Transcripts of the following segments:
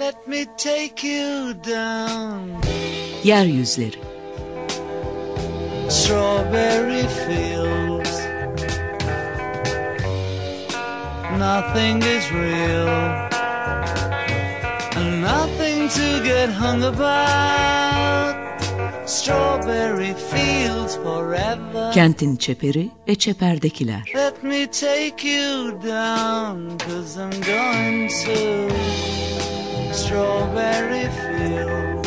Let me take you down. Yeryüzleri. Strawberry fields. Nothing is real. And nothing to get hung about. Strawberry fields forever. Kentin çeperi ve çeperdekiler. Let me take you down, 'cause I'm going to Strawberry fields.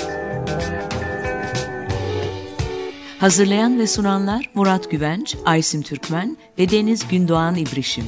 Hazırlayan ve sunanlar Murat Güvenç, Aysim Türkmen ve Deniz Gündoğan İbrişim.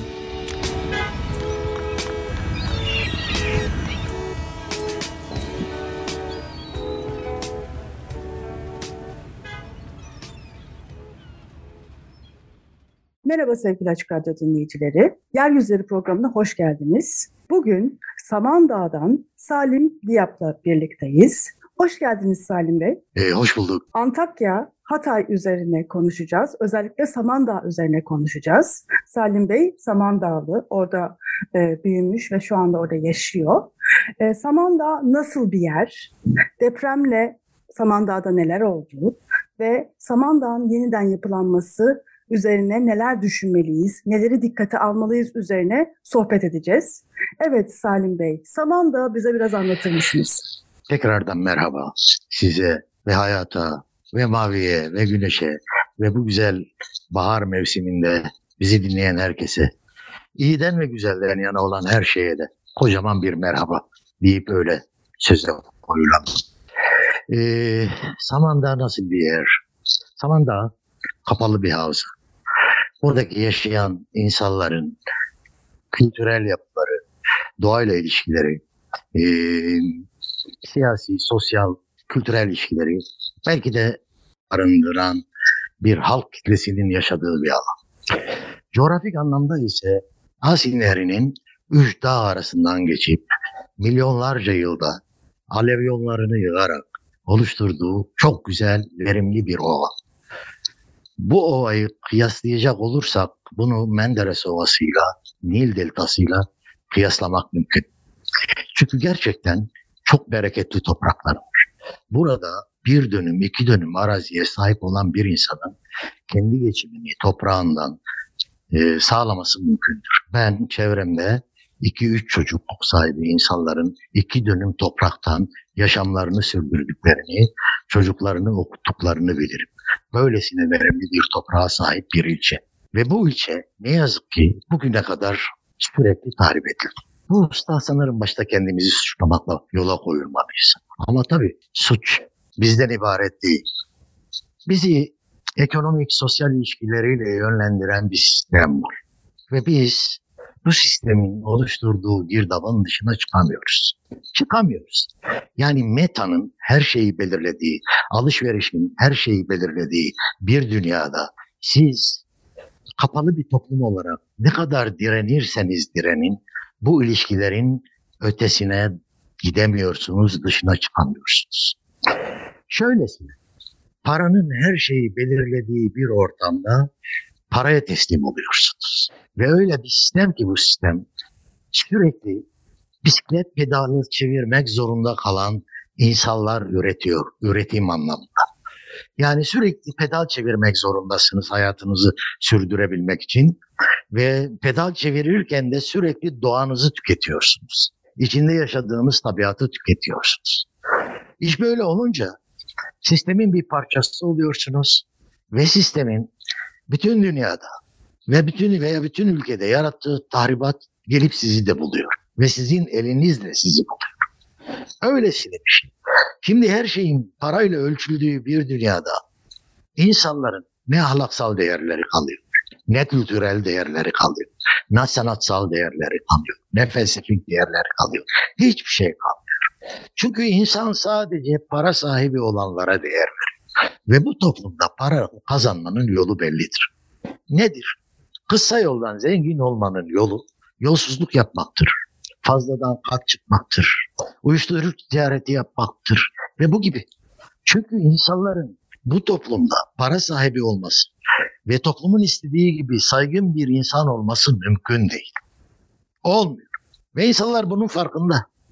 Merhaba sevgili Açık Radyo dinleyicileri. Yeryüzleri programına hoş geldiniz. Bugün Samandağ'dan Salim Diyap'la birlikteyiz. Hoş geldiniz Salim Bey. Hoş bulduk. Antakya, Hatay üzerine konuşacağız. Özellikle Samandağ üzerine konuşacağız. Salim Bey Samandağlı, orada büyümüş ve şu anda orada yaşıyor. Samandağ nasıl bir yer? Depremle Samandağ'da neler oldu? Ve Samandağ'ın yeniden yapılanması üzerine neler düşünmeliyiz, neleri dikkate almalıyız üzerine sohbet edeceğiz. Evet Salim Bey, Samandağ'ı bize biraz anlatır mısınız? Tekrardan merhaba size ve hayata ve maviye ve güneşe ve bu güzel bahar mevsiminde bizi dinleyen herkese, iyiden ve güzelden yana olan her şeye de kocaman bir merhaba deyip öyle söze koyulalım. Samandağ nasıl bir yer? Samandağ kapalı bir havza. Buradaki yaşayan insanların kültürel yapıları, doğayla ilişkileri, siyasi, sosyal, kültürel ilişkileri belki de barındıran bir halk kitlesinin yaşadığı bir alan. Coğrafik anlamda ise Asin Nehri'nin 3 dağ arasından geçip milyonlarca yılda alev yollarını yığarak oluşturduğu çok güzel, verimli bir ova. Bu ovayı kıyaslayacak olursak bunu Menderes Ovası'yla, Nil Deltası'yla kıyaslamak mümkün. Çünkü gerçekten çok bereketli topraklar var. Burada 1 dönüm, 2 dönüm araziye sahip olan bir insanın kendi geçimini toprağından sağlaması mümkündür. Ben çevremde 2-3 çocuk sahibi insanların 2 dönüm topraktan yaşamlarını sürdürdüklerini, çocuklarını okuttuklarını bilirim. Böylesine verimli bir toprağa sahip bir ilçe. Ve bu ilçe ne yazık ki bugüne kadar sürekli tahrip edildi. Bu usta sanırım başta kendimizi suçlamakla yola koyulmalıyız. Ama tabii suç bizden ibaret değil. Bizi ekonomik, sosyal ilişkileriyle yönlendiren bir sistem var. Ve biz bu sistemin oluşturduğu girdabın dışına çıkamıyoruz. Yani metanın her şeyi belirlediği, alışverişin her şeyi belirlediği bir dünyada siz kapalı bir toplum olarak ne kadar direnirseniz direnin, bu ilişkilerin ötesine gidemiyorsunuz, dışına çıkamıyorsunuz. Şöylesine, paranın her şeyi belirlediği bir ortamda paraya teslim oluyorsunuz. Ve öyle bir sistem ki bu sistem sürekli bisiklet pedalı çevirmek zorunda kalan insanlar üretiyor, üretim anlamında. Yani sürekli pedal çevirmek zorundasınız hayatınızı sürdürebilmek için ve pedal çevirirken de sürekli doğanızı tüketiyorsunuz. İçinde yaşadığınız tabiatı tüketiyorsunuz. İş böyle olunca sistemin bir parçası oluyorsunuz ve sistemin bütün dünyada ve bütün ülkede yarattığı tahribat gelip sizi de buluyor ve sizin elinizle sizi buluyor. Öylesine bir şey. Şimdi her şeyin parayla ölçüldüğü bir dünyada insanların ne ahlaksal değerleri kalıyor, ne kültürel değerleri kalıyor, ne sanatsal değerleri kalıyor, ne felsefik değerleri kalıyor. Hiçbir şey kalmıyor. Çünkü insan sadece para sahibi olanlara değer verir. Ve bu toplumda para kazanmanın yolu bellidir. Nedir? Kısa yoldan zengin olmanın yolu yolsuzluk yapmaktır. Fazladan kat çıkmaktır. Uyuşturucu ticareti yapmaktır. Ve bu gibi. Çünkü insanların bu toplumda para sahibi olması ve toplumun istediği gibi saygın bir insan olması mümkün değil. Olmuyor. Ve insanlar bunun farkında.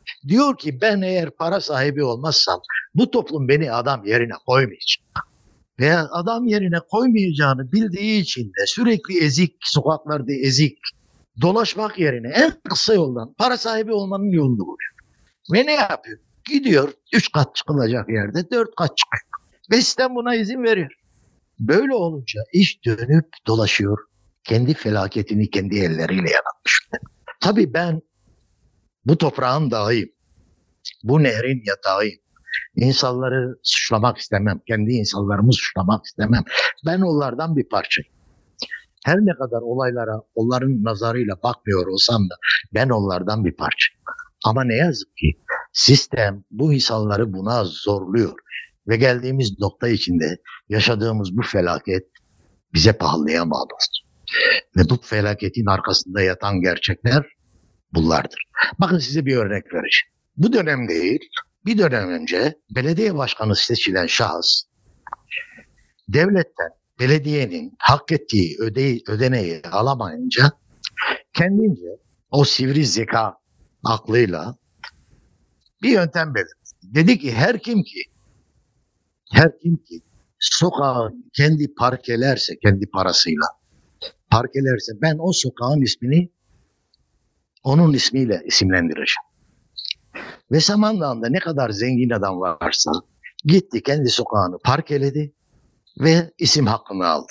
Diyor ki ben eğer para sahibi olmazsam bu toplum beni adam yerine koymayacak. Veya adam yerine koymayacağını bildiği için de sürekli ezik, sokaklarda ezik, dolaşmak yerine en kısa yoldan para sahibi olmanın yolunu buluyor. Ve ne yapıyor? Gidiyor 3 kat çıkılacak yerde 4 kat çıkıyor. Ve sistem buna izin veriyor. Böyle olunca iş dönüp dolaşıyor. Kendi felaketini kendi elleriyle yaratmış. Tabii ben bu toprağın dağıyım. Bu nehrin yatağıyım. İnsanları suçlamak istemem. Kendi insanlarımı suçlamak istemem. Ben onlardan bir parçayım. Her ne kadar olaylara onların nazarıyla bakmıyor olsam da ben onlardan bir parçayım. Ama ne yazık ki sistem bu insanları buna zorluyor. Ve geldiğimiz nokta içinde yaşadığımız bu felaket bize pahalıya mal oldu. Ve bu felaketin arkasında yatan gerçekler bunlardır. Bakın size bir örnek vereceğim. Bu dönem değil, bir dönem önce belediye başkanı seçilen şahıs devletten belediyenin hak ettiği ödeneği alamayınca kendince o sivri zeka aklıyla bir yöntem belirledi. Dedi ki her kim ki sokağı kendi parkelerse, kendi parasıyla parkelerse ben o sokağın ismini onun ismiyle isimlendireceğim. Ve Samandağ'da ne kadar zengin adam varsa gitti kendi sokağını parkeledi ve isim hakkını aldı.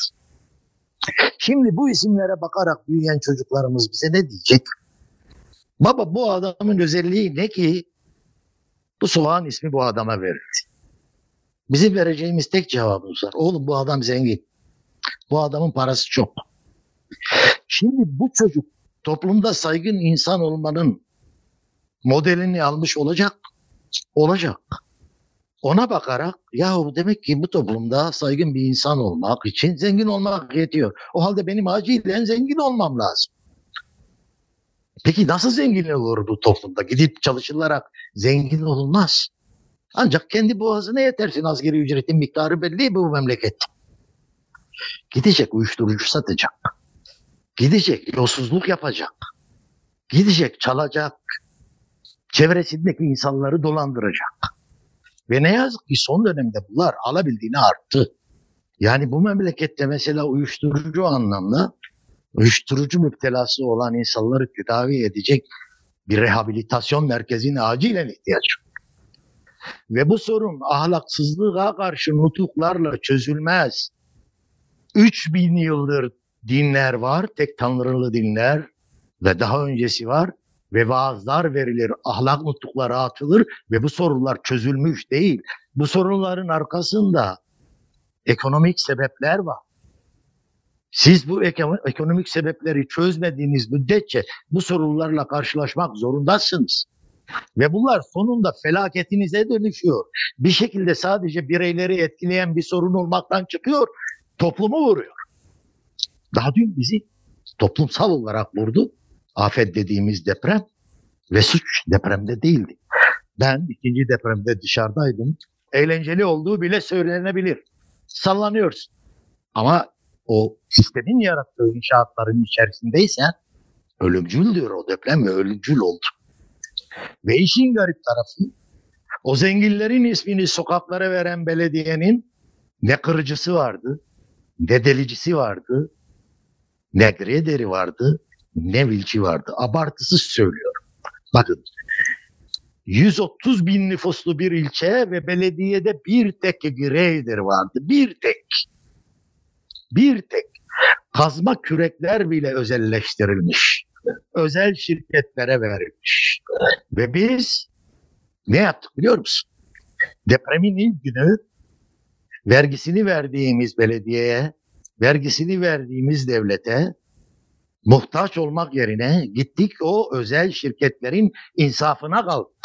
Şimdi bu isimlere bakarak büyüyen çocuklarımız bize ne diyecek? Baba bu adamın özelliği ne ki bu sokağın ismi bu adama verildi? Bizim vereceğimiz tek cevabımız var. Oğlum bu adam zengin. Bu adamın parası çok. Şimdi bu çocuk toplumda saygın insan olmanın modelini almış olacak. Olacak. Ona bakarak yahu demek ki bu toplumda saygın bir insan olmak için zengin olmak yetiyor. O halde benim acilen zengin olmam lazım. Peki nasıl zengin olur bu toplumda? Gidip çalışılarak zengin olunmaz. Ancak kendi boğazına yetersin. Asgari ücretin miktarı belli bu memleket. Gidecek uyuşturucu satacak. Gidecek yolsuzluk yapacak. Gidecek çalacak. Çevresindeki insanları dolandıracak. Ve ne yazık ki son dönemde bunlar alabildiğine arttı. Yani bu memlekette mesela uyuşturucu anlamda uyuşturucu müptelası olan insanları tedavi edecek bir rehabilitasyon merkezine acilen ihtiyaç var. Ve bu sorun ahlaksızlığa karşı nutuklarla çözülmez. 3000 yıldır dinler var, tek tanrılı dinler ve daha öncesi var ve vaazlar verilir, ahlak nutukları atılır ve bu sorunlar çözülmüş değil. Bu sorunların arkasında ekonomik sebepler var. Siz bu ekonomik sebepleri çözmediğiniz müddetçe bu sorunlarla karşılaşmak zorundasınız. Ve bunlar sonunda felaketinize dönüşüyor. Bir şekilde sadece bireyleri etkileyen bir sorun olmaktan çıkıyor, toplumu vuruyor. Daha dün bizi toplumsal olarak vurdu. Afet dediğimiz deprem ve suç depremde değildi. Ben ikinci depremde dışarıdaydım. Eğlenceli olduğu bile söylenebilir. Sallanıyorsun. Ama o sistemin yarattığı inşaatların içerisindeysen ölümcüldür o deprem ve ölümcül oldu. Ve işin garip tarafı o zenginlerin ismini sokaklara veren belediyenin ne kırıcısı vardı, ne delicisi vardı, ne grederi vardı, ne vilçi vardı. Abartısız söylüyorum. Bakın 130 bin nüfuslu bir ilçe ve belediyede bir tek grader vardı. Bir tek. Bir tek. Kazma kürekler bile özelleştirilmiş. Özel şirketlere verilmiş. Ve biz ne yaptık biliyor musun? Depremin ilk günü vergisini verdiğimiz belediyeye, vergisini verdiğimiz devlete muhtaç olmak yerine gittik o özel şirketlerin insafına kaldık.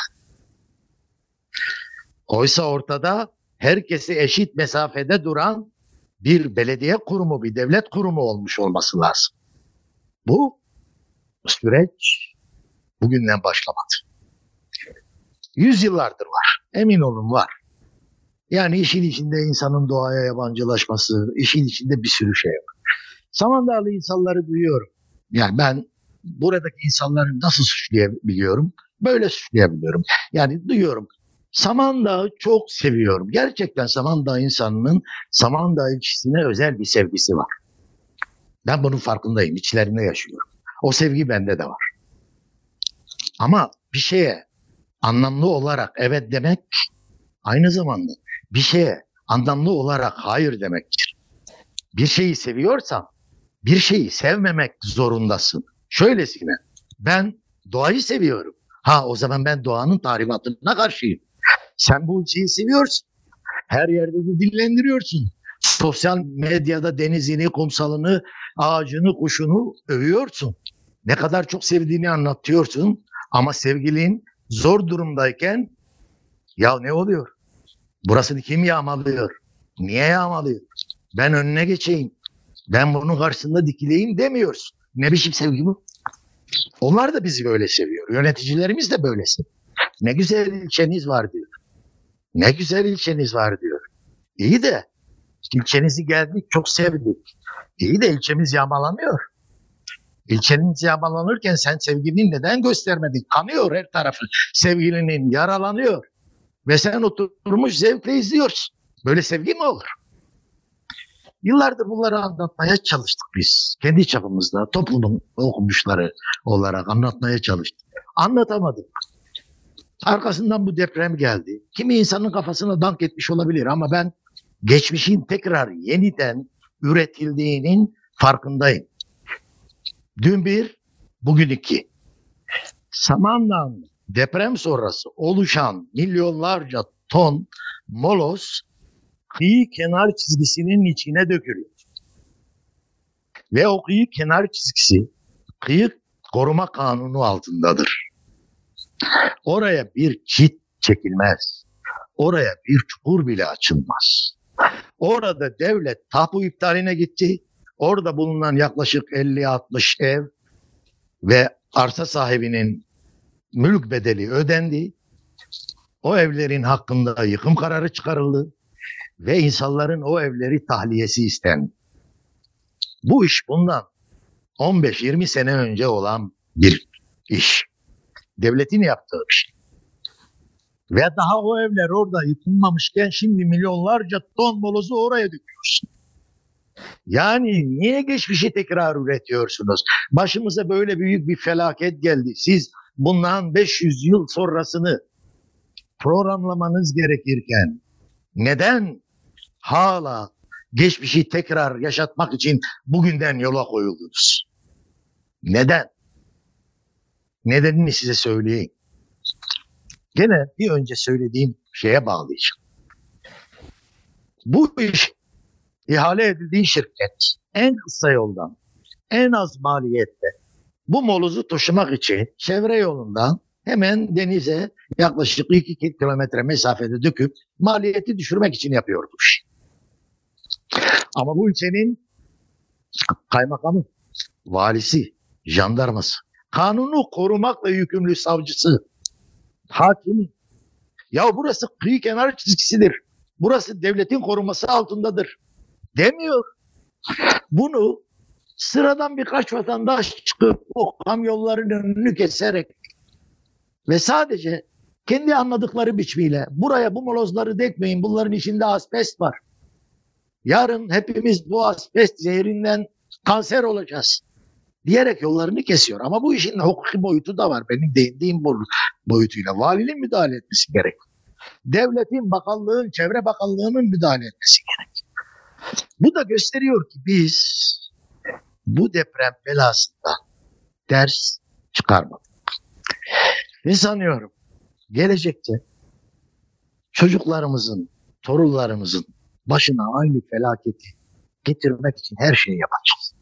Oysa ortada herkesi eşit mesafede duran bir belediye kurumu, bir devlet kurumu olmuş olması lazım. Bu süreç bugünden başlamadı. Yüzyıllardır var. Emin olun var. Yani işin içinde insanın doğaya yabancılaşması, işin içinde bir sürü şey var. Samandağlı insanları duyuyorum. Yani ben buradaki insanları nasıl suçlayabiliyorum? Böyle suçlayabiliyorum. Yani duyuyorum. Samandağ'ı çok seviyorum. Gerçekten Samandağ insanının Samandağ ilçesine özel bir sevgisi var. Ben bunun farkındayım. İçlerinde yaşıyorum. O sevgi bende de var. Ama bir şeye anlamlı olarak evet demek aynı zamanda bir şeye anlamlı olarak hayır demektir. Bir şeyi seviyorsan bir şeyi sevmemek zorundasın. Şöylesine ben doğayı seviyorum. O zaman ben doğanın tahribatına karşıyım. Sen bu ülkeyi seviyorsun. Her yerde de dillendiriyorsun. Sosyal medyada denizini, kumsalını, ağacını, kuşunu övüyorsun. Ne kadar çok sevdiğini anlatıyorsun. Ama sevgilin zor durumdayken ya ne oluyor? Burasını kim yağmalıyor? Niye yağmalıyor? Ben önüne geçeyim. Ben bunun karşısında dikileyim demiyorsun. Ne biçim sevgi bu? Onlar da bizi böyle seviyor. Yöneticilerimiz de böyle seviyor. Ne güzel ilçeniz var diyor. Ne güzel ilçeniz var diyor. İyi de ilçenizi geldik çok sevdik. İyi de ilçemiz yağmalanıyor. İlçeniz yağmalanırken sen sevgilini neden göstermedin? Kanıyor her tarafı. Sevgilinin yaralanıyor. Ve sen oturmuş zevkle izliyorsun. Böyle sevgi mi olur? Yıllardır bunları anlatmaya çalıştık biz. Kendi çapımızda toplumun okumuşları olarak anlatmaya çalıştık. Anlatamadık. Arkasından bu deprem geldi. Kimi insanın kafasına dank etmiş olabilir ama ben geçmişin tekrar yeniden üretildiğinin farkındayım. Dün bir, bugün iki. Samandağ'ın deprem sonrası oluşan milyonlarca ton moloz kıyı kenar çizgisinin içine dökülüyor. Ve o kıyı kenar çizgisi kıyı koruma kanunu altındadır. Oraya bir çit çekilmez. Oraya bir çukur bile açılmaz. Orada devlet tapu iptaline gitti. Orada bulunan yaklaşık 50-60 ev ve arsa sahibinin mülk bedeli ödendi. O evlerin hakkında yıkım kararı çıkarıldı ve insanların o evleri tahliyesi istendi. Bu iş bundan 15-20 sene önce olan bir iş. Devletin yaptığı bir şey. Ve daha o evler orada yıkılmamışken şimdi milyonlarca ton molozu oraya döküyorsun. Yani niye geçmişi tekrar üretiyorsunuz? Başımıza böyle büyük bir felaket geldi. Siz bundan 500 yıl sonrasını programlamanız gerekirken neden hala geçmişi tekrar yaşatmak için bugünden yola koyuldunuz? Neden? Nedenini size söyleyeyim. Gene bir önce söylediğim şeye bağlayacağım. Bu iş ihale edildiği şirket en kısa yoldan, en az maliyette bu molozu taşımak için çevre yolundan hemen denize yaklaşık 2 kilometre mesafede döküp maliyeti düşürmek için yapıyor bu işi. Ama bu ülkenin kaymakamı, valisi, jandarması, kanunu korumakla yükümlü savcısı, hakimi. Ya burası kıyı kenar çizgisidir. Burası devletin koruması altındadır demiyor. Bunu sıradan birkaç vatandaş çıkıp o kamyonların önünü keserek ve sadece kendi anladıkları biçimiyle buraya bu molozları dökmeyin, bunların içinde asbest var. Yarın hepimiz bu asbest zehrinden kanser olacağız diyerek yollarını kesiyor. Ama bu işin hukuki boyutu da var. Benim değindiğim boyutuyla. Valinin müdahale etmesi gerek. Devletin, bakanlığın, çevre bakanlığının müdahale etmesi gerek. Bu da gösteriyor ki biz bu deprem belasından ders çıkarmadık. Ve sanıyorum gelecekte çocuklarımızın, torunlarımızın başına aynı felaketi getirmek için her şeyi yapacağız.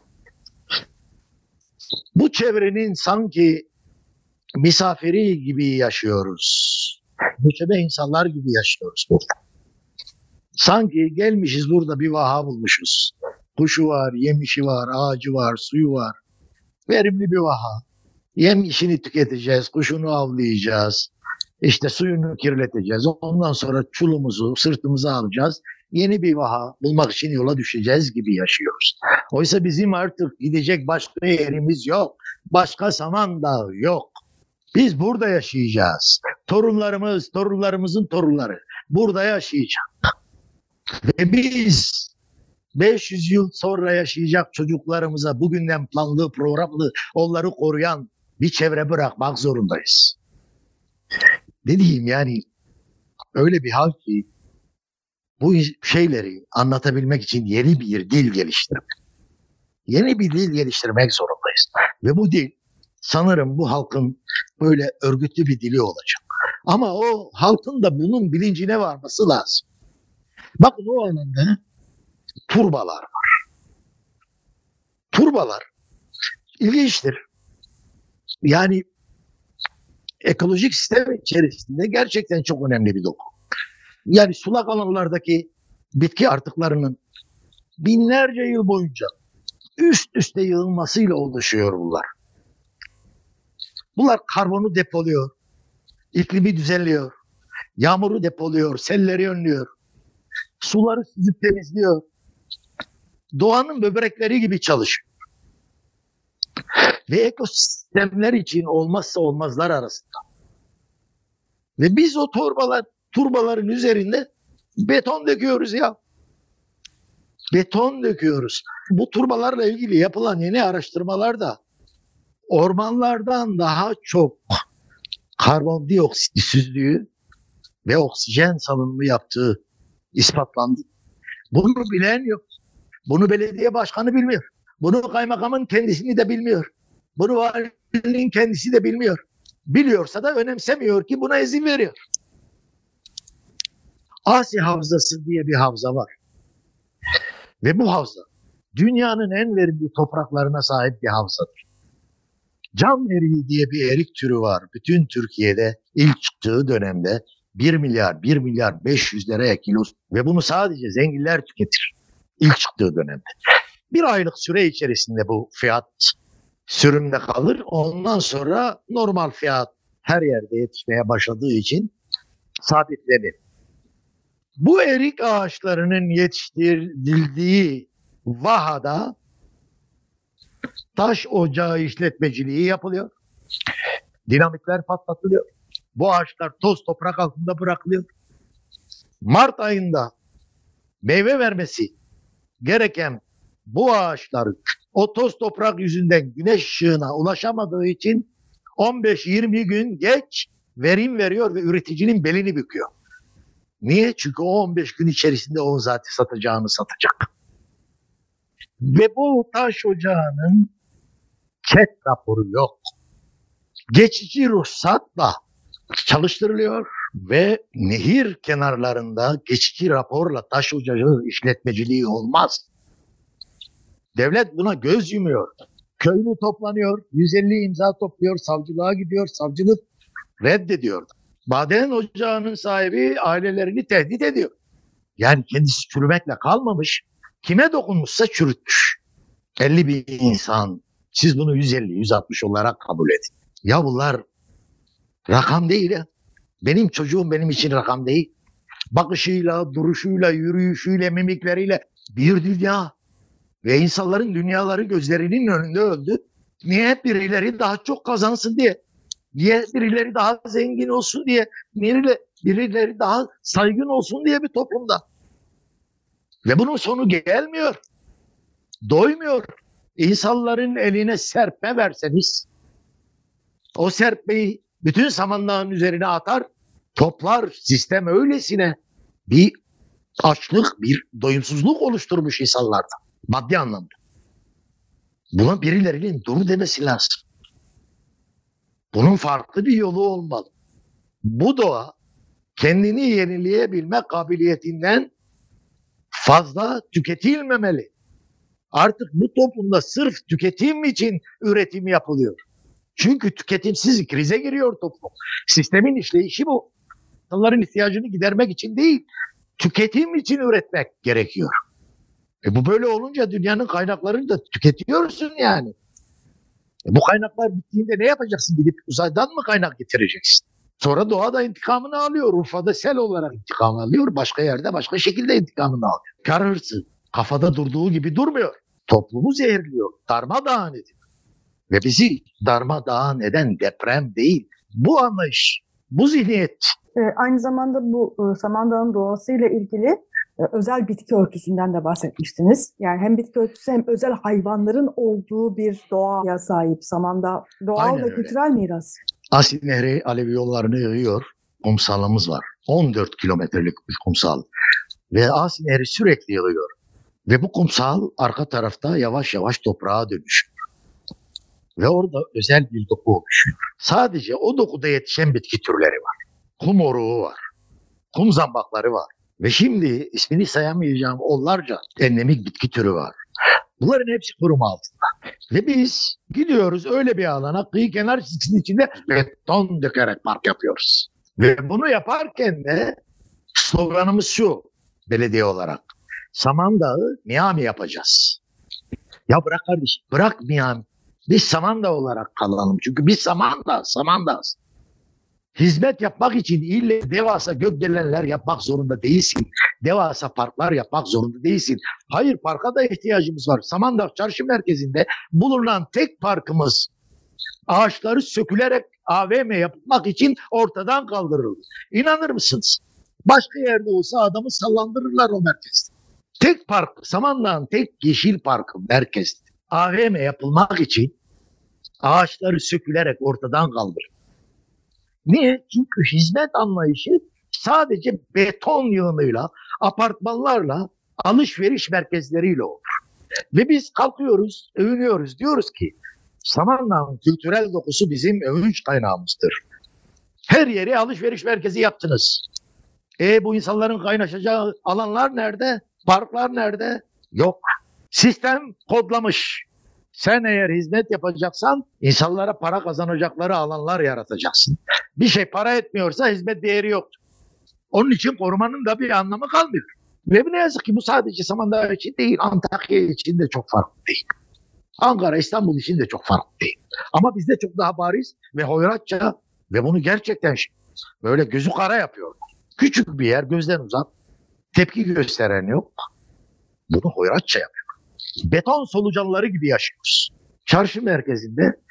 Bu çevrenin sanki misafiri gibi yaşıyoruz. Göçebe insanlar gibi yaşıyoruz burada. Sanki gelmişiz burada bir vaha bulmuşuz. Kuşu var, yemişi var, ağacı var, suyu var. Verimli bir vaha. Yemişini tüketeceğiz, kuşunu avlayacağız. İşte suyunu kirleteceğiz. Ondan sonra çulumuzu sırtımıza alacağız. Yeni bir vaha bulmak için yola düşeceğiz gibi yaşıyoruz. Oysa bizim artık gidecek başka yerimiz yok. Başka Samandağ yok. Biz burada yaşayacağız. Torunlarımız, torunlarımızın torunları burada yaşayacak. Ve biz 500 yıl sonra yaşayacak çocuklarımıza bugünden planlı, programlı, onları koruyan bir çevre bırakmak zorundayız. Ne diyeyim yani, öyle bir hal ki bu şeyleri anlatabilmek için yeni bir dil geliştirmek. Yeni bir dil geliştirmek zorundayız. Ve bu dil sanırım bu halkın böyle örgütlü bir dili olacak. Ama o halkın da bunun bilincine varması lazım. Bakın o alanda turbalar var. Turbalar ilginçtir. Yani ekolojik sistem içerisinde gerçekten çok önemli bir doku. Yani sulak alanlardaki bitki artıklarının binlerce yıl boyunca üst üste yığılmasıyla oluşuyor bunlar. Bunlar karbonu depoluyor, iklimi düzenliyor, yağmuru depoluyor, selleri önlüyor, suları süzüp temizliyor. Doğanın böbrekleri gibi çalışıyor. Ve ekosistemler için olmazsa olmazlar arasında. Ve biz o turbaların üzerinde beton döküyoruz ya. Beton döküyoruz. Bu turbalarla ilgili yapılan yeni araştırmalarda ormanlardan daha çok karbondioksit süzdüğü ve oksijen salınımı yaptığı ispatlandı. Bunu bilen yok. Bunu belediye başkanı bilmiyor. Bunu kaymakamın kendisini de bilmiyor. Bunu valinin kendisi de bilmiyor. Biliyorsa da önemsemiyor ki buna izin veriyor. Asya Havzası diye bir havza var. Ve bu havza dünyanın en verimli topraklarına sahip bir havzadır. Cam eriği diye bir erik türü var. Bütün Türkiye'de ilk çıktığı dönemde 1 milyar 500 liraya kilosu ve bunu sadece zenginler tüketir. İlk çıktığı dönemde. Bir aylık süre içerisinde bu fiyat sürümde kalır. Ondan sonra normal fiyat her yerde yetişmeye başladığı için sabitlenir. Bu erik ağaçlarının yetiştirildiği vahada taş ocağı işletmeciliği yapılıyor. Dinamitler patlatılıyor. Bu ağaçlar toz toprak altında bırakılıyor. Mart ayında meyve vermesi gereken bu ağaçlar o toz toprak yüzünden güneş ışığına ulaşamadığı için 15-20 gün geç verim veriyor ve üreticinin belini büküyor. Niye? Çünkü o 15 gün içerisinde o zaten satacağını satacak. Ve bu taş ocağının ÇED raporu yok. Geçici ruhsatla çalıştırılıyor ve nehir kenarlarında geçici raporla taş ocağı işletmeciliği olmaz. Devlet buna göz yumuyor. Köylü toplanıyor, 150 imza topluyor, savcılığa gidiyor, savcılık reddediyor. Maden ocağının sahibi ailelerini tehdit ediyor. Yani kendisi çürümekle kalmamış, kime dokunmuşsa çürütmüş. 50 bin insan, siz bunu 150-160 olarak kabul edin. Ya bunlar rakam değil ya. Benim çocuğum benim için rakam değil. Bakışıyla, duruşuyla, yürüyüşüyle, mimikleriyle bir dünya. Ve insanların dünyaları gözlerinin önünde öldü. Niye? Birileri daha çok kazansın diye. Niye? Birileri daha zengin olsun diye. Birileri daha saygın olsun diye bir toplumda. Ve bunun sonu gelmiyor. Doymuyor. İnsanların eline serpme verseniz, o serpmeyi bütün samanlığın üzerine atar, toplar. Sistem öylesine bir açlık, bir doyumsuzluk oluşturmuş insanlarda. Maddi anlamda. Buna birilerinin dur demesi lazım. Bunun farklı bir yolu olmalı. Bu doğa kendini yenileyebilme kabiliyetinden fazla tüketilmemeli. Artık bu toplumda sırf tüketim için üretim yapılıyor. Çünkü tüketimsiz krize giriyor toplum. Sistemin işleyişi bu. İnsanların ihtiyacını gidermek için değil, tüketim için üretmek gerekiyor. Bu böyle olunca dünyanın kaynaklarını da tüketiyorsun yani. Bu kaynaklar bittiğinde ne yapacaksın? Gidip uzaydan mı kaynak getireceksin? Sonra doğa da intikamını alıyor. Urfa'da sel olarak intikamını alıyor. Başka yerde başka şekilde intikamını alıyor. Kar hırsı kafada durduğu gibi durmuyor. Toplumu zehirliyor. Darmadağın ediyor. Ve bizi darmadağın eden deprem değil, Bu anlayış, bu zihniyet. Aynı zamanda bu Samandağ'ın doğasıyla ilgili özel bitki örtüsünden de bahsetmiştiniz. Yani hem bitki örtüsü hem özel hayvanların olduğu bir doğaya sahip Samandağ. Doğal Aynen ve öyle. kültürel miras. Asil Nehri Alevi yollarını yığıyor. Kumsalımız var. 14 kilometrelik bir kumsal. Ve Asil Nehri sürekli yığıyor. Ve bu kumsal arka tarafta yavaş yavaş toprağa dönüşüyor. Ve orada özel bir doku oluşuyor. Sadece o dokuda yetişen bitki türleri var. Kum oruğu var. Kum zambakları var. Ve şimdi ismini sayamayacağım onlarca endemik bitki türü var. Bunların hepsi koruma altında. Ve biz gidiyoruz öyle bir alana, kıyı kenar çizgisinin içinde beton dökerek park yapıyoruz. Ve bunu yaparken de sloganımız şu, belediye olarak: Samandağ'ı Miami yapacağız. Ya bırak kardeşim, bırak Miami. Biz Samandağ olarak kalalım. Çünkü biz Samandağ'ız. Hizmet yapmak için ille devasa gökdelenler yapmak zorunda değilsin. Devasa parklar yapmak zorunda değilsin. Hayır, parka da ihtiyacımız var. Samandağ Çarşı Merkezi'nde bulunan tek parkımız ağaçları sökülerek AVM yapmak için ortadan kaldırıldı. İnanır mısınız? Başka yerde olsa adamı sallandırırlar o merkezde. Tek park, Samandağ'ın tek yeşil parkı merkezde. AVM yapılmak için ağaçları sökülerek ortadan kaldırıldı. Niye? Çünkü hizmet anlayışı sadece beton yığınıyla, apartmanlarla, alışveriş merkezleriyle olur. Ve biz kalkıyoruz, övünüyoruz. Diyoruz ki Samandağ'ın kültürel dokusu bizim övünç kaynağımızdır. Her yeri alışveriş merkezi yaptınız. Bu insanların kaynaşacağı alanlar nerede? Parklar nerede? Yok. Sistem kodlamış. Sen eğer hizmet yapacaksan insanlara para kazanacakları alanlar yaratacaksın. Bir şey para etmiyorsa hizmet değeri yoktur. Onun için korumanın da bir anlamı kalmıyor. Ve ne yazık ki bu sadece Samandağ için değil, Antakya için de çok farklı değil. Ankara, İstanbul için de çok farklı değil. Ama bizde çok daha bariz ve hoyratça ve bunu gerçekten böyle gözü kara yapıyorlar. Küçük bir yer, gözden uzak, tepki gösteren yok. Bunu hoyratça yapıyor. Beton solucanları gibi yaşıyoruz. Çarşı merkezinde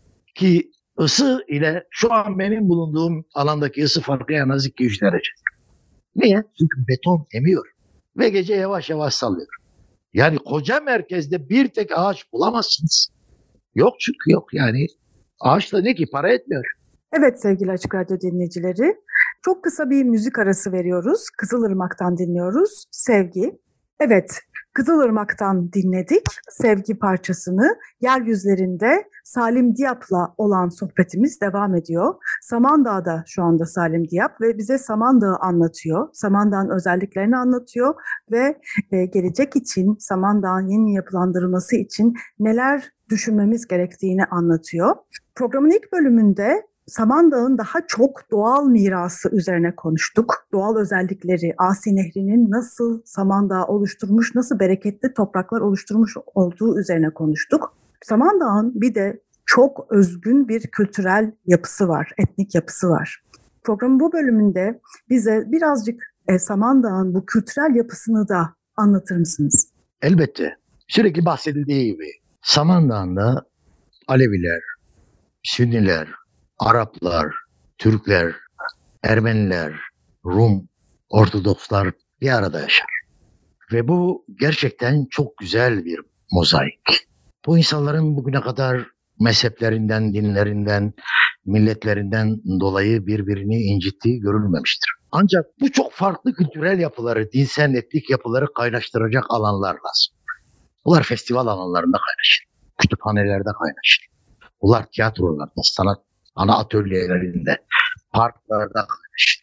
ki ısı ile şu an benim bulunduğum alandaki ısı farkı en az 2-3 derece. Niye? Çünkü beton emiyor ve gece yavaş yavaş sallıyor. Yani koca merkezde bir tek ağaç bulamazsınız. Yok çünkü yok yani. Ağaçla ne ki, para etmiyor. Evet sevgili Açık Radyo dinleyicileri, çok kısa bir müzik arası veriyoruz. Kızılırmak'tan dinliyoruz. Sevgi. Evet, Kızılırmak'tan dinledik Sevgi parçasını. Yeryüzlerinde Salim Diap'la olan sohbetimiz devam ediyor. Samandağ'da şu anda Salim Diap ve bize Samandağ'ı anlatıyor. Samandağ'ın özelliklerini anlatıyor ve gelecek için, Samandağ'ın yeni yapılandırılması için neler düşünmemiz gerektiğini anlatıyor. Programın ilk bölümünde Samandağ'ın daha çok doğal mirası üzerine konuştuk. Doğal özellikleri, Asi Nehri'nin nasıl Samandağ oluşturmuş, nasıl bereketli topraklar oluşturmuş olduğu üzerine konuştuk. Samandağ'ın bir de çok özgün bir kültürel yapısı var, etnik yapısı var. Programın bu bölümünde bize birazcık Samandağ'ın bu kültürel yapısını da anlatır mısınız? Elbette. Sürekli bahsedildiği gibi Samandağ'da Aleviler, Sünniler, Araplar, Türkler, Ermeniler, Rum, Ortodokslar bir arada yaşar. Ve bu gerçekten çok güzel bir mozaik. Bu insanların bugüne kadar mezheplerinden, dinlerinden, milletlerinden dolayı birbirini incittiği görülmemiştir. Ancak bu çok farklı kültürel yapıları, dinsel etnik yapıları kaynaştıracak alanlar lazım. Bunlar festival alanlarında kaynaşır, kütüphanelerde kaynaşır. Bunlar tiyatrolarda, sanat ana atölyelerinde, parklarda kaynaşır.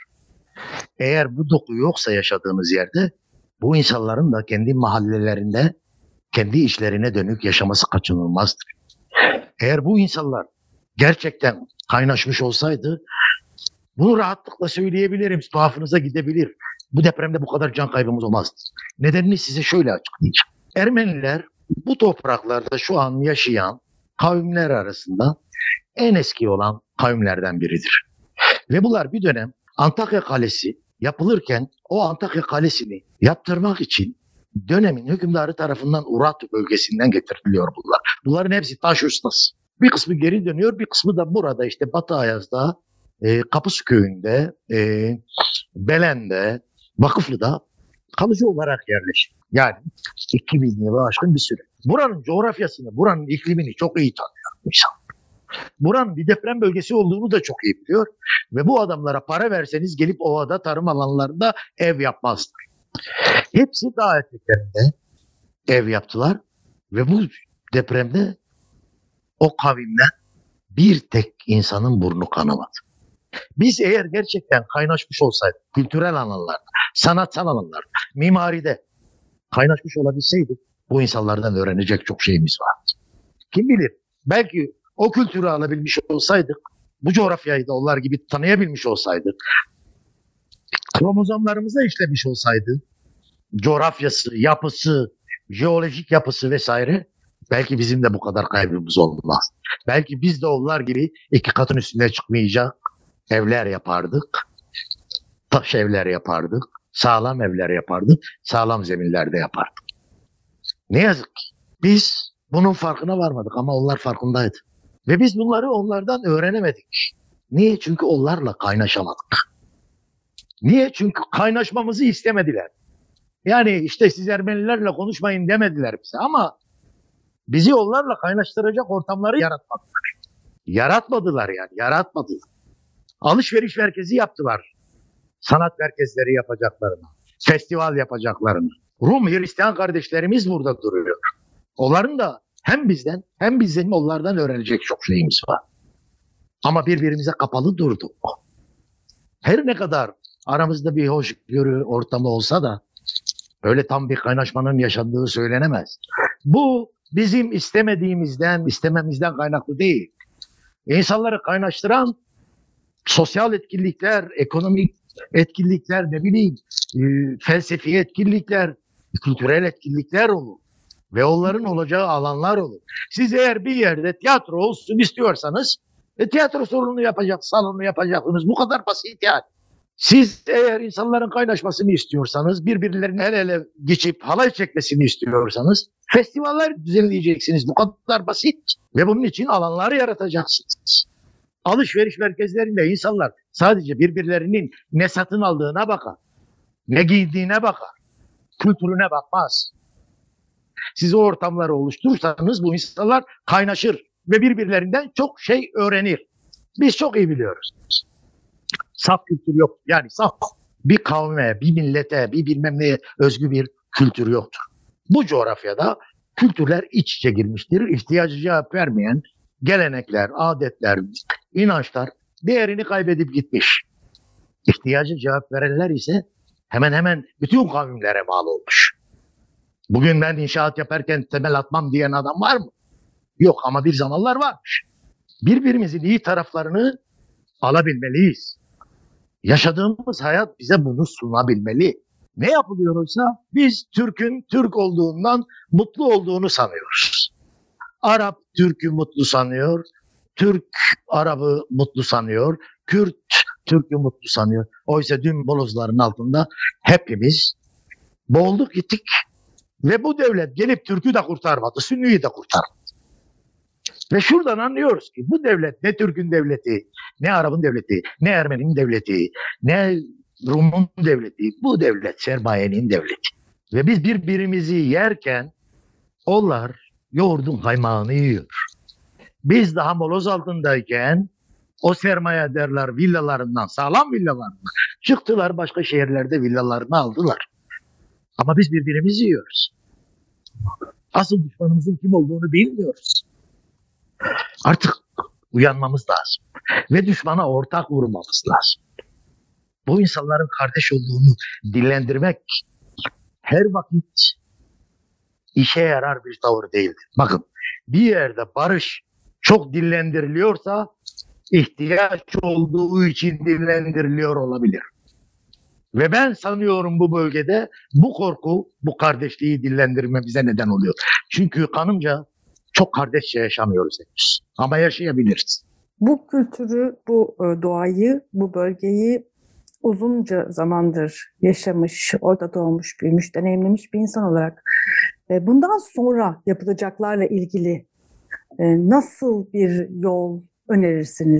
Eğer bu doku yoksa yaşadığınız yerde, bu insanların da kendi mahallelerinde, kendi işlerine dönük yaşaması kaçınılmazdır. Eğer bu insanlar gerçekten kaynaşmış olsaydı, bunu rahatlıkla söyleyebilirim, tuhafınıza gidebilir. Bu depremde bu kadar can kaybımız olmazdı. Nedenini size şöyle açıklayacağım. Ermeniler bu topraklarda şu an yaşayan kavimler arasında en eski olan kavimlerden biridir. Ve bunlar bir dönem Antakya Kalesi yapılırken o Antakya Kalesi'ni yaptırmak için dönemin hükümdarı tarafından Urartu bölgesinden getiriliyor bunlar. Bunların hepsi taş ustası. Bir kısmı geri dönüyor, bir kısmı da burada işte Batı Ayaz'da Kapısı Köyü'nde, Belen'de, Vakıflı'da kalıcı olarak yerleşti. Yani 2000 yılı aşkın bir süre. Buranın coğrafyasını, buranın iklimini çok iyi tanıyor insan. Buranın bir deprem bölgesi olduğunu da çok iyi biliyor. Ve bu adamlara para verseniz gelip ovada, tarım alanlarında ev yapmazlar. Hepsi dağ eteklerinde ev yaptılar. Ve bu depremde o kavimden bir tek insanın burnu kanamadı. Biz eğer gerçekten kaynaşmış olsaydık, kültürel alanlarda, sanatsal alanlarda, mimaride kaynaşmış olabilseydik, bu insanlardan öğrenecek çok şeyimiz vardı. Kim bilir, belki o kültürü alabilmiş olsaydık, bu coğrafyayı da onlar gibi tanıyabilmiş olsaydık, kromozomlarımıza işlemiş olsaydı, coğrafyası, yapısı, jeolojik yapısı vesaire, belki bizim de bu kadar kaybımız olmaz. Belki biz de onlar gibi 2 katın üstüne çıkmayacak evler yapardık, taş evler yapardık, sağlam evler yapardık, sağlam zeminlerde yapardık. Ne yazık ki biz bunun farkına varmadık ama onlar farkındaydı. Ve biz bunları onlardan öğrenemedik. Niye? Çünkü onlarla kaynaşamadık. Niye? Çünkü kaynaşmamızı istemediler. Yani işte siz Ermenilerle konuşmayın demediler bize ama bizi onlarla kaynaştıracak ortamları yaratmadılar. Yaratmadılar yani, yaratmadılar. Alışveriş merkezi yaptılar. Sanat merkezleri yapacaklarını, festival yapacaklarını. Rum Hristiyan kardeşlerimiz burada duruyor. Onların da hem bizden hem bizim onlardan öğrenecek çok şeyimiz var. Ama birbirimize kapalı durduk. Her ne kadar aramızda bir hoşgörü ortamı olsa da öyle tam bir kaynaşmanın yaşandığı söylenemez. Bu bizim istememizden kaynaklı değil. İnsanları kaynaştıran sosyal etkinlikler, ekonomik etkinlikler, felsefi etkinlikler, kültürel etkinlikler olur. Ve onların olacağı alanlar olur. Siz eğer bir yerde tiyatro olsun istiyorsanız, tiyatro salonu yapacaksınız. Bu kadar basit yani. Siz eğer insanların kaynaşmasını istiyorsanız, birbirlerine el ele geçip halay çekmesini istiyorsanız, festivaller düzenleyeceksiniz. Bu kadar basit. Ve bunun için alanlar yaratacaksınız. Alışveriş merkezlerinde insanlar sadece birbirlerinin ne satın aldığına bakar, ne giydiğine bakar, kültürüne bakmaz. Siz o ortamları oluşturursanız bu insanlar kaynaşır ve birbirlerinden çok şey öğrenir. Biz çok iyi biliyoruz. Saf kültür yok. Yani saf bir kavme, bir millete, bir bilmem neye özgü bir kültür yoktur. Bu coğrafyada kültürler iç içe girmiştir. İhtiyacı cevap vermeyen gelenekler, adetler, inançlar değerini kaybedip gitmiş. İhtiyacı cevap verenler ise hemen hemen bütün kavimlere mal olmuş. Bugün ben inşaat yaparken temel atmam diyen adam var mı? Yok ama bir zamanlar varmış. Birbirimizin iyi taraflarını alabilmeliyiz. Yaşadığımız hayat bize bunu sunabilmeli. Ne yapılıyorsa biz Türk'ün Türk olduğundan mutlu olduğunu sanıyoruz. Arap Türk'ü mutlu sanıyor, Türk Arap'ı mutlu sanıyor, Kürt Türk'ü mutlu sanıyor. Oysa dün molozların altında hepimiz boğulduk gittik. Ve bu devlet gelip Türk'ü de kurtarmadı, Sünni'yi de kurtarmadı. Ve şuradan anlıyoruz ki bu devlet ne Türk'ün devleti, ne Arap'ın devleti, ne Ermeni'nin devleti, ne Rum'un devleti. Bu devlet sermayenin devleti. Ve biz birbirimizi yerken onlar yoğurdun kaymağını yiyor. Biz daha moloz altındayken o sermayedarlar villalarından, sağlam villalarından çıktılar, başka şehirlerde villalarını aldılar. Ama biz birbirimizi yiyoruz. Asıl düşmanımızın kim olduğunu bilmiyoruz. Artık uyanmamız lazım. Ve düşmana ortak vurmamız lazım. Bu insanların kardeş olduğunu dillendirmek her vakit işe yarar bir tavır değildir. Bakın bir yerde barış çok dillendiriliyorsa ihtiyaç olduğu için dillendiriliyor olabilir. Ve ben sanıyorum bu bölgede bu korku, bu kardeşliği dillendirmemize neden oluyor. Çünkü kanımca çok kardeşçe yaşamıyoruz henüz. Ama yaşayabiliriz. Bu kültürü, bu doğayı, bu bölgeyi uzunca zamandır yaşamış, orada doğmuş, büyümüş, deneyimlemiş bir insan olarak bundan sonra yapılacaklarla ilgili nasıl bir yol önerirsiniz?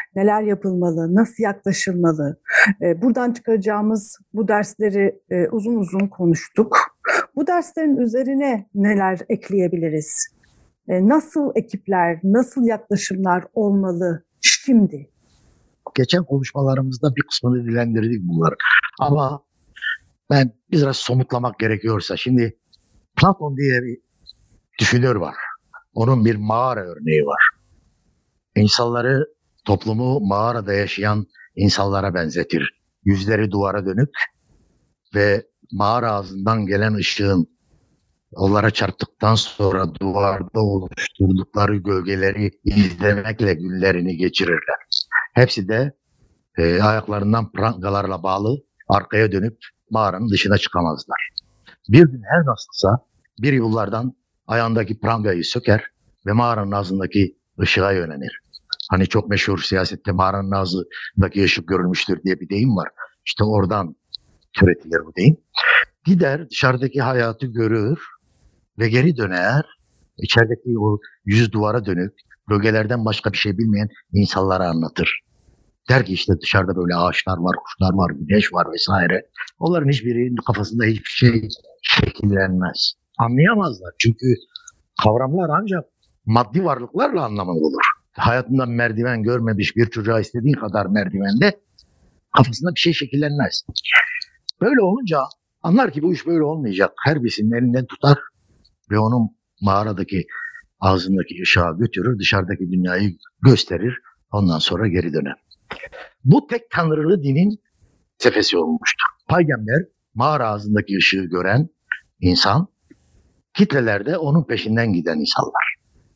neler yapılmalı, nasıl yaklaşılmalı? Buradan çıkaracağımız bu dersleri uzun uzun konuştuk. Bu derslerin üzerine neler ekleyebiliriz? Nasıl ekipler, nasıl yaklaşımlar olmalı şimdi? Geçen konuşmalarımızda bir kısmını dilendirdik bunları. Ama ben biraz somutlamak gerekiyorsa, şimdi Platon diye bir düşünür var. Onun bir mağara örneği var. İnsanları, toplumu mağarada yaşayan insanlara benzetir. Yüzleri duvara dönük ve mağara ağzından gelen ışığın onlara çarptıktan sonra duvarda oluşturdukları gölgeleri izlemekle günlerini geçirirler. Hepsi de ayaklarından prangalarla bağlı, arkaya dönüp mağaranın dışına çıkamazlar. Bir gün her nasılsa bir yollardan ayağındaki prangayı söker ve mağaranın ağzındaki ışığa yönelir. Hani çok meşhur siyasette mağaranın ağzındaki ışık görülmüştür diye bir deyim var. İşte oradan türetilir bu deyim. Gider dışarıdaki hayatı görür ve geri döner. İçerideki o yüz duvara dönük, bölgelerden başka bir şey bilmeyen insanlara anlatır. Der ki işte dışarıda böyle ağaçlar var, kuşlar var, güneş var vesaire. Onların hiçbirinin kafasında hiçbir şey şekillenmez. Anlayamazlar çünkü kavramlar ancak maddi varlıklarla anlamlı olur. Hayatında merdiven görmemiş bir çocuğa istediğin kadar merdivende kafasında bir şey şekillenmez. Böyle olunca anlar ki bu iş böyle olmayacak. Her birisinin elinden tutar ve onun mağaradaki ağzındaki ışığa götürür, dışarıdaki dünyayı gösterir, ondan sonra geri döner. Bu tek tanrılı dinin tefesi olmuştur. Peygamber mağara ağzındaki ışığı gören insan, kitlelerde onun peşinden giden insanlar.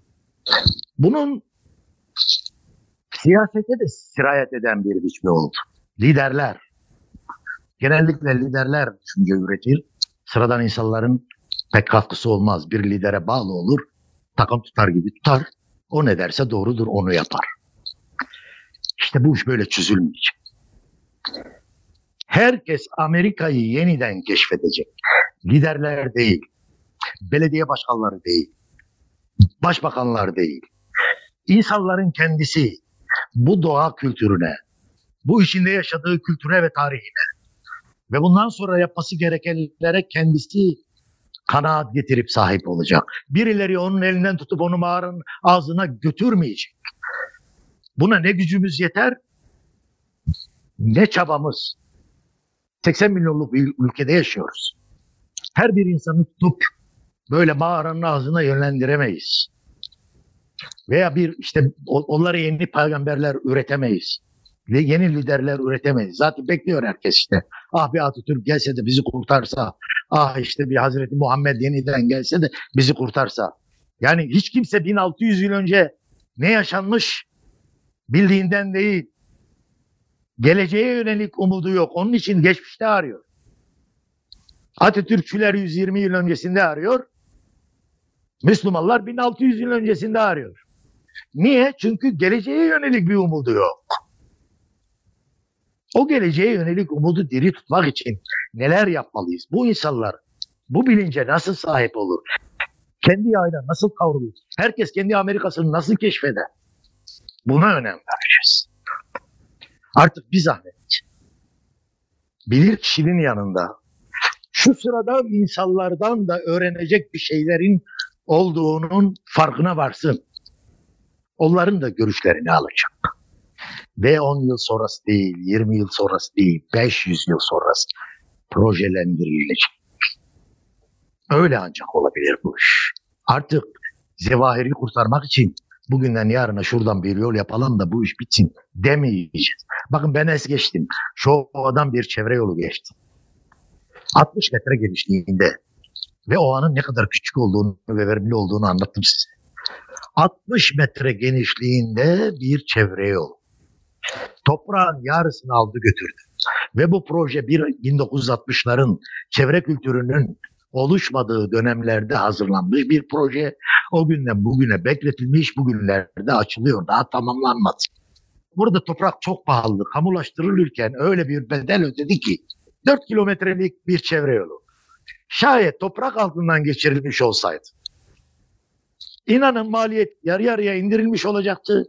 Bunun siyasete de sirayet eden bir biçimi oldu. Liderler, genellikle liderler düşünce üretir. Sıradan insanların pek katkısı olmaz. Bir lidere bağlı olur, takım tutar gibi tutar. O ne derse doğrudur, onu yapar. İşte bu iş böyle çözülmeyecek. Herkes Amerika'yı yeniden keşfedecek. Liderler değil, belediye başkanları değil, başbakanlar değil. İnsanların kendisi bu doğa kültürüne, bu içinde yaşadığı kültüre ve tarihine ve bundan sonra yapması gerekenlere kendisi kanaat getirip sahip olacak. Birileri onun elinden tutup onu mağaranın ağzına götürmeyecek. Buna ne gücümüz yeter, ne çabamız. 80 milyonluk bir ülkede yaşıyoruz. Her bir insanı tutup böyle mağaranın ağzına yönlendiremeyiz. Veya onları yeni peygamberler üretemeyiz. Ve yeni liderler üretemeyiz. Zaten bekliyor herkes işte. Ah bir Atatürk gelse de bizi kurtarsa. Ah işte bir Hazreti Muhammed yeniden gelse de bizi kurtarsa. Yani hiç kimse 1600 yıl önce ne yaşanmış bildiğinden değil. Geleceğe yönelik umudu yok. Onun için geçmişte arıyor. Atatürkçüler 120 yıl öncesinde arıyor. Müslümanlar 1600 yıl öncesinde arıyor. Niye? Çünkü geleceğe yönelik bir umudu yok. O geleceğe yönelik umudu diri tutmak için neler yapmalıyız? Bu insanlar bu bilince nasıl sahip olur? Kendi yayına nasıl kavrulur? Herkes kendi Amerika'sını nasıl keşfeder? Buna önem vereceğiz. Artık bir zahmet. Bilir kişinin yanında şu sıradan insanlardan da öğrenecek bir şeylerin olduğunun farkına varsın. Onların da görüşlerini alacak. Ve 10 yıl sonrası değil, 20 yıl sonrası değil, 500 yıl sonrası projelendirilecek. Öyle ancak olabilir bu iş. Artık zevahiri kurtarmak için bugünden yarına şuradan bir yol yapalım da bu iş bitsin demeyeceğiz. Bakın ben es geçtim. Şova'dan bir çevre yolu geçti. 60 metre genişliğinde ve o anın ne kadar küçük olduğunu ve verimli olduğunu anlattım size. 60 metre genişliğinde bir çevre yolu. Toprağın yarısını aldı götürdü. Ve bu proje 1960'ların çevre kültürünün oluşmadığı dönemlerde hazırlanmış bir proje. O günden bugüne bekletilmiş, bugünlerde açılıyor. Daha tamamlanmadı. Burada toprak çok pahalı. Kamulaştırılırken öyle bir bedel ödedi ki 4 kilometrelik bir çevre yolu. Şayet toprak altından geçirilmiş olsaydı, İnanın maliyet yarı yarıya indirilmiş olacaktı.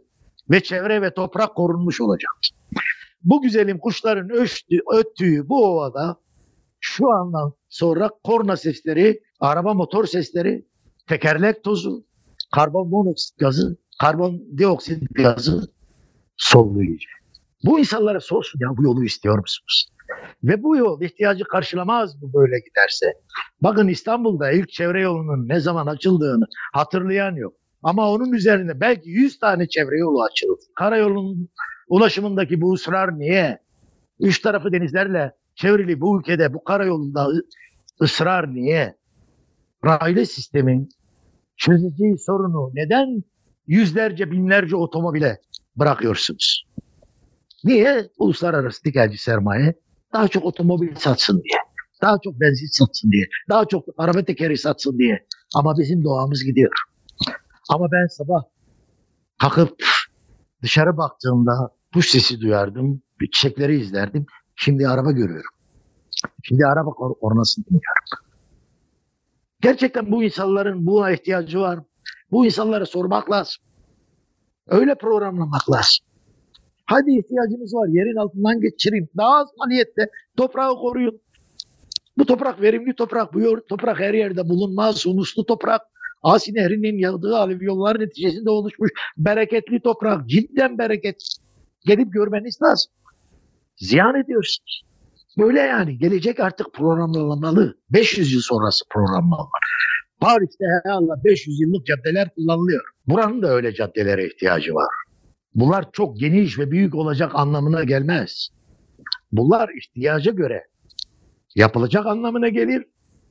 ve çevre ve toprak korunmuş olacak. Bu güzelim kuşların öttüğü bu ovada şu andan sonra korna sesleri, araba motor sesleri, tekerlek tozu, karbonmonoksit gazı, karbondioksit gazı soluyacak. Bu insanlara sorsun ya, bu yolu istiyor musunuz? Ve bu yol ihtiyacı karşılamaz mı böyle giderse? Bakın İstanbul'da ilk çevre yolunun ne zaman açıldığını hatırlayan yok. Ama onun üzerinde belki 100 tane çevre yolu açıldı. Karayolunun ulaşımındaki bu ısrar niye? Üç tarafı denizlerle çevrili bu ülkede bu karayolunda ısrar niye? Raylı sistemin çözeceği sorunu neden yüzlerce binlerce otomobile bırakıyorsunuz? Niye? Uluslararası tekelci sermaye daha çok otomobil satsın diye, daha çok benzin satsın diye, daha çok araba tekeri satsın diye. Ama bizim doğamız gidiyor. Ama ben sabah kalkıp dışarı baktığımda kuş sesi duyardım, çiçekleri izlerdim. Şimdi araba görüyorum. Şimdi araba kornasını dinliyorum. Gerçekten bu insanların buna ihtiyacı var. Bu insanlara sormak lazım. Öyle programlamak lazım. Hadi ihtiyacınız var, yerin altından geçirin. Daha az maliyetle toprağı koruyun. Bu toprak verimli toprak. Bu toprak her yerde bulunmaz. Humuslu toprak. Asi Nehri'nin yağdığı alüvyonlar neticesinde oluşmuş bereketli toprak. Cidden bereket. Gelip görmeniz lazım. Ziyan ediyorsunuz. Böyle yani. Gelecek artık programlanmalı. 500 yıl sonrası programlanmalı. Paris'te herhalde 500 yıllık caddeler kullanılıyor. Buranın da öyle caddelere ihtiyacı var. Bunlar çok geniş ve büyük olacak anlamına gelmez. Bunlar ihtiyaca göre yapılacak anlamına gelir.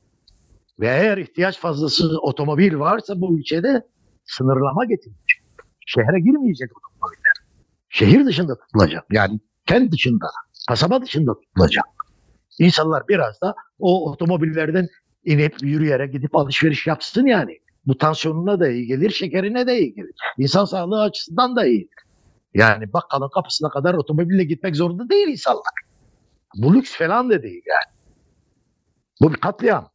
Ve eğer ihtiyaç fazlası otomobil varsa bu ülkede sınırlama getirilecek. Şehre girmeyecek otomobiller. Şehir dışında tutulacak. Yani kent dışında, kasaba dışında tutulacak. İnsanlar biraz da o otomobillerden inip yürüyerek gidip alışveriş yapsın yani. Bu tansiyonuna da iyi gelir, şekerine de iyi gelir. İnsan sağlığı açısından da iyi. Yani bakkalın kapısına kadar otomobille gitmek zorunda değil insanlar. Bu lüks falan da değil yani. Bu bir katliam.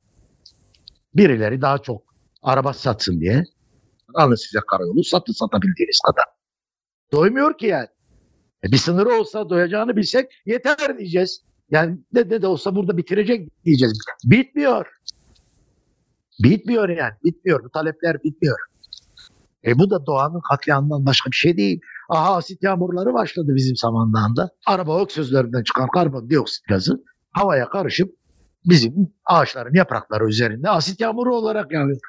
Birileri daha çok araba satsın diye alın size karayolu, satın satabildiğiniz kadar. Doymuyor ki yani. Bir sınırı olsa doyacağını bilsek yeter diyeceğiz. Yani ne de olsa burada bitirecek diyeceğiz. Bitmiyor. Bitmiyor yani. Bitmiyor. Bu talepler bitmiyor. Bu da doğanın katliamından başka bir şey değil. Aha, asit yağmurları başladı bizim Samandağ'da. Araba öksüzlerinden çıkan karbondioksit gazı havaya karışıp bizim ağaçların yaprakları üzerinde asit yağmuru olarak yağıyor.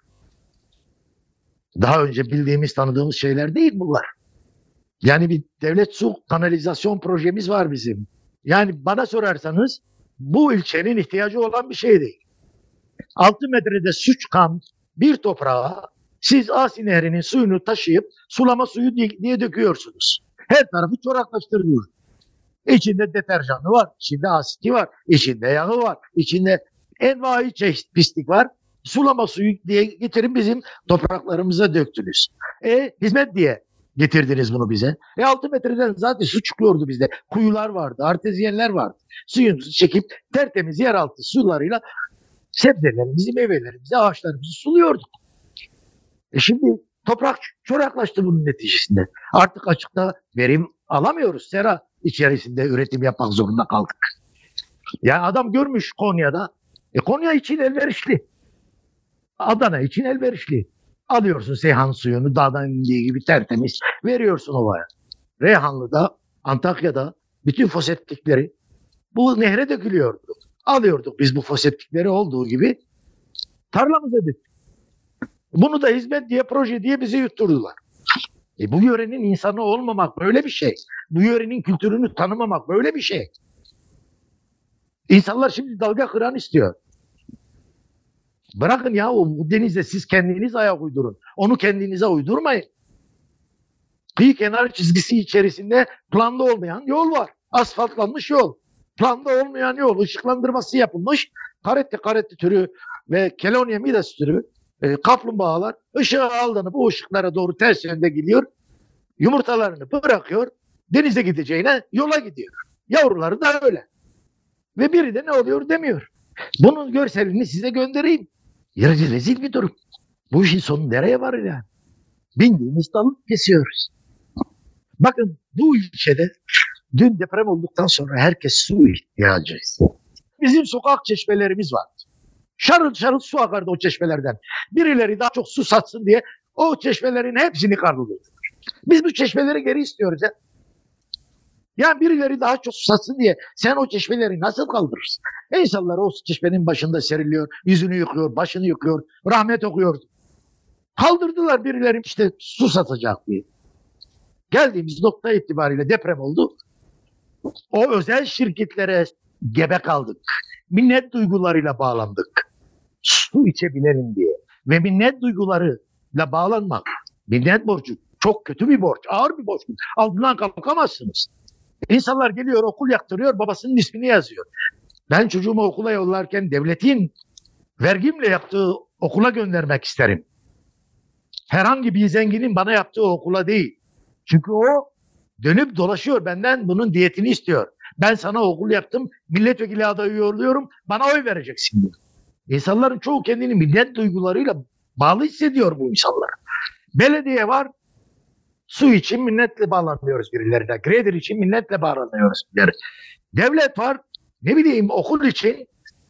Daha önce bildiğimiz, tanıdığımız şeyler değil bunlar. Yani bir devlet su kanalizasyon projemiz var bizim. Yani bana sorarsanız bu ilçenin ihtiyacı olan bir şey değil. 6 metrede su çıkan bir toprağa siz Asi Nehri'nin suyunu taşıyıp sulama suyu diye döküyorsunuz. Her tarafı çoraklaştırıyor. İçinde deterjanı var, içinde asiti var, içinde yağı var, içinde envai çeşit pislik var. Sulama suyu diye getirin bizim topraklarımıza döktünüz. Hizmet diye getirdiniz bunu bize. 6 metreden zaten su çıkıyordu bizde. Kuyular vardı, artezyenler vardı. Suyumuzu çekip tertemiz yeraltı sularıyla sebzelerimizi, meyvelerimizi, ağaçlarımızı suluyorduk. Şimdi toprak çoraklaştı bunun neticesinde. Artık açıkta verim alamıyoruz. Sera içerisinde üretim yapmak zorunda kaldık. Yani adam görmüş Konya'da. Konya için elverişli. Adana için elverişli. Alıyorsun Seyhan suyunu dağdan indiği gibi tertemiz veriyorsun ovaya. Reyhanlı'da, Antakya'da bütün foseptikleri bu nehre dökülüyordu. Alıyorduk biz bu foseptikleri olduğu gibi tarlamıza döktük. Bunu da hizmet diye, proje diye bizi yutturdular. Bu yörenin insanı olmamak böyle bir şey. Bu yörenin kültürünü tanımamak böyle bir şey. İnsanlar şimdi dalga kıran istiyor. Bırakın ya o denize siz kendiniz ayak uydurun. Onu kendinize uydurmayın. Kıyı kenar çizgisi içerisinde planda olmayan yol var. Asfaltlanmış yol. Planda olmayan yol. Işıklandırması yapılmış. Karette türü ve Kelonia midas türü kaplumbağalar ışığa aldanıp o ışıklara doğru ters yönde gidiyor. Yumurtalarını bırakıyor. Denize gideceğine yola gidiyor. Yavruları da öyle. Ve biri de ne oluyor demiyor. Bunun görselini size göndereyim. Rezil bir durum. Bu işin sonu nereye varır yani? Bindiğimiz dalı kesiyoruz. Bakın bu ilçede dün deprem olduktan sonra herkes su ihtiyacı. Bizim sokak çeşmelerimiz var. Şarıl şarıl su akardı o çeşmelerden. Birileri daha çok su satsın diye o çeşmelerin hepsini kaldırdılar. Biz bu çeşmeleri geri istiyoruz ya. Ya birileri daha çok su satsın diye sen o çeşmeleri nasıl kaldırırsın? İnsanlar o çeşmenin başında seriliyor, yüzünü yıkıyor, başını yıkıyor, rahmet okuyor. Kaldırdılar birileri işte su satacak diye. Geldiğimiz nokta itibariyle deprem oldu. O özel şirketlere gebe kaldık. Minnet duygularıyla bağlandık. Su içebilirim diye. Ve minnet duygularıyla bağlanmak, minnet borcu çok kötü bir borç, ağır bir borç. Altından kalkamazsınız. İnsanlar geliyor okul yaktırıyor, babasının ismini yazıyor. Ben çocuğumu okula yollarken devletin vergimle yaptığı okula göndermek isterim. Herhangi bir zenginin bana yaptığı okula değil. Çünkü o dönüp dolaşıyor benden bunun diyetini istiyor. Ben sana okul yaptım, milletvekili adayı yolluyorum, bana oy vereceksin diyor. İnsanların çoğu kendini minnet duygularıyla bağlı hissediyor bu insanlar. Belediye var, su için minnetle bağlanıyoruz birilerine. Kredi için minnetle bağlanıyoruz birilerine. Devlet var, ne bileyim okul için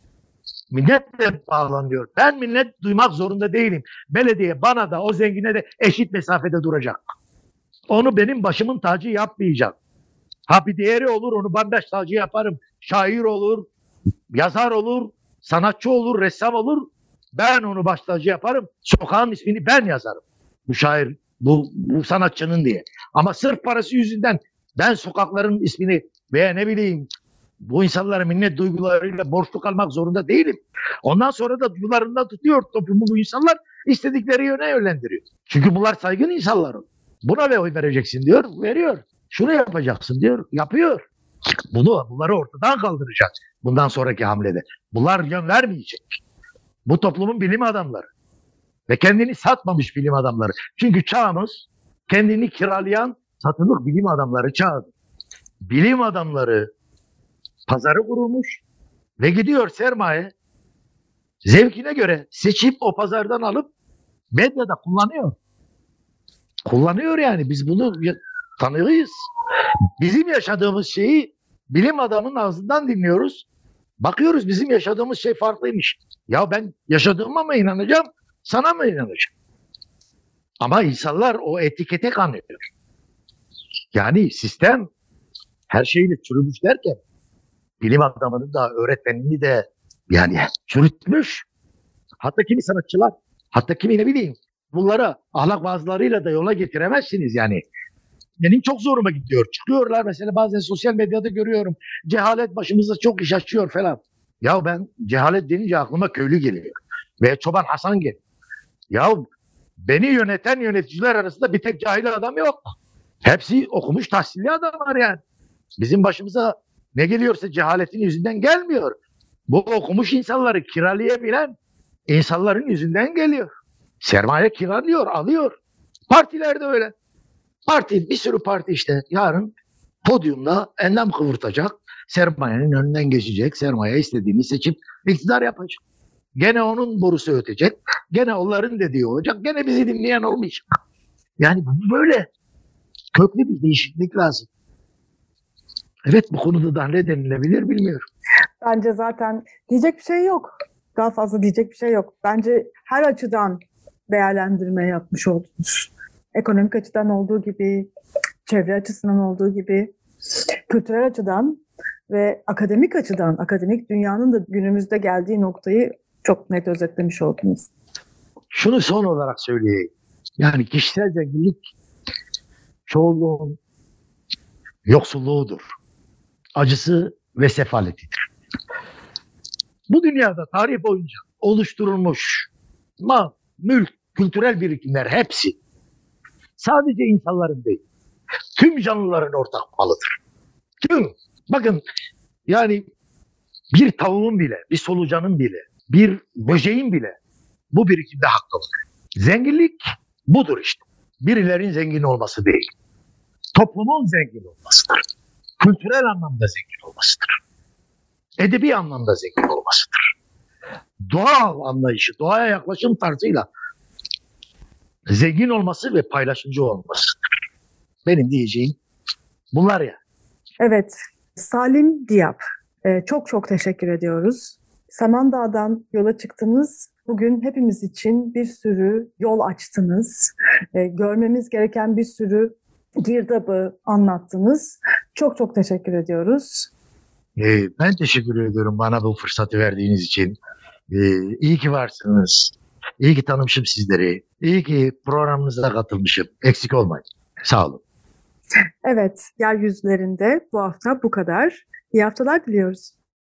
minnetle bağlanıyor. Ben minnet duymak zorunda değilim. Belediye bana da o zengine de eşit mesafede duracak. Onu benim başımın tacı yapmayacak. Ha bir değeri olur onu bandaj tacı yaparım. Şair olur, yazar olur, sanatçı olur, ressam olur. Ben onu baş tacı yaparım. Sokağın ismini ben yazarım. Bu şair, bu sanatçının diye. Ama sırf parası yüzünden ben sokakların ismini veya ne bileyim bu insanların minnet duygularıyla borçlu kalmak zorunda değilim. Ondan sonra da duygularından tutuyor toplumu bu insanlar istedikleri yöne yönlendiriyor. Çünkü bunlar saygın insanlar. Buna oy vereceksin diyor, veriyor. Şunu yapacaksın diyor, yapıyor. Bunları ortadan kaldıracak bundan sonraki hamlede. Bunlar yön vermeyecek. Bu toplumun bilim adamları. Ve kendini satmamış bilim adamları. Çünkü çağımız kendini kiralayan satılık bilim adamları çağı. Bilim adamları pazarı kurulmuş ve gidiyor sermaye zevkine göre seçip o pazardan alıp medyada kullanıyor. Kullanıyor yani biz bunu tanıyoruz. Bizim yaşadığımız şeyi bilim adamının ağzından dinliyoruz. Bakıyoruz bizim yaşadığımız şey farklıymış. Ya ben yaşadığıma mı inanacağım, sana mı inanacağım? Ama insanlar o etikete kanıyor. Yani sistem her şeyle çürümüş derken bilim adamını da öğretmenini de yani çürütmüş. Hatta kimi sanatçılar, hatta kimi ne bileyim bunlara ahlak vaazlarıyla da yola getiremezsiniz yani. Benim çok zoruma gidiyor. Çıkıyorlar mesela bazen sosyal medyada görüyorum. Cehalet başımıza çok iş açıyor falan. Ya ben cehalet denince aklıma köylü geliyor. Ve Çoban Hasan geliyor. Ya beni yöneten yöneticiler arasında bir tek cahil adam yok. Hepsi okumuş tahsilli adamlar yani. Bizim başımıza ne geliyorsa cehaletin yüzünden gelmiyor. Bu okumuş insanları kiralayabilen insanların yüzünden geliyor. Sermaye kiralıyor, alıyor. Partiler de öyle. Bir sürü parti işte yarın podyumda endam kıvırtacak. Sermayenin önünden geçecek. Sermaye istediğini seçip iktidar yapacak. Gene onun borusu ötecek. Gene onların dediği olacak. Gene bizi dinleyen olmayacak. Yani bu böyle. Köklü bir değişiklik lazım. Evet bu konuda da ne denilebilir bilmiyorum. Bence zaten diyecek bir şey yok. Daha fazla diyecek bir şey yok. Bence her açıdan değerlendirme yapmış oldunuz. Ekonomik açıdan olduğu gibi, çevre açısından olduğu gibi, kültürel açıdan ve akademik açıdan, akademik dünyanın da günümüzde geldiği noktayı çok net özetlemiş oldunuz. Şunu son olarak söyleyeyim. Yani kişisel zenginlik çoğunluğun yoksulluğudur. Acısı ve sefaletidir. Bu dünyada tarih boyunca oluşturulmuş mal, mülk, kültürel birikimler hepsi sadece insanların değil, tüm canlıların ortak malıdır. Tüm, bakın yani bir tavuğun bile, bir solucanın bile, bir böceğin bile bu birikimde hakkı var. Zenginlik budur işte. Birilerin zengin olması değil. Toplumun zengin olmasıdır. Kültürel anlamda zengin olmasıdır. Edebi anlamda zengin olmasıdır. Doğal anlayışı, doğaya yaklaşım tarzıyla zengin olması ve paylaşımcı olmasıdır. Benim diyeceğim bunlar ya. Evet, Salim Diyap. Çok çok teşekkür ediyoruz. Samandağ'dan yola çıktınız. Bugün hepimiz için bir sürü yol açtınız. Görmemiz gereken bir sürü girdabı anlattınız. Çok çok teşekkür ediyoruz. Ben teşekkür ediyorum bana bu fırsatı verdiğiniz için. İyi ki varsınız. İyi ki tanımışım sizleri. İyi ki programınıza katılmışım. Eksik olmayın. Sağ olun. Evet, yeryüzlerinde bu hafta bu kadar. İyi haftalar diliyoruz.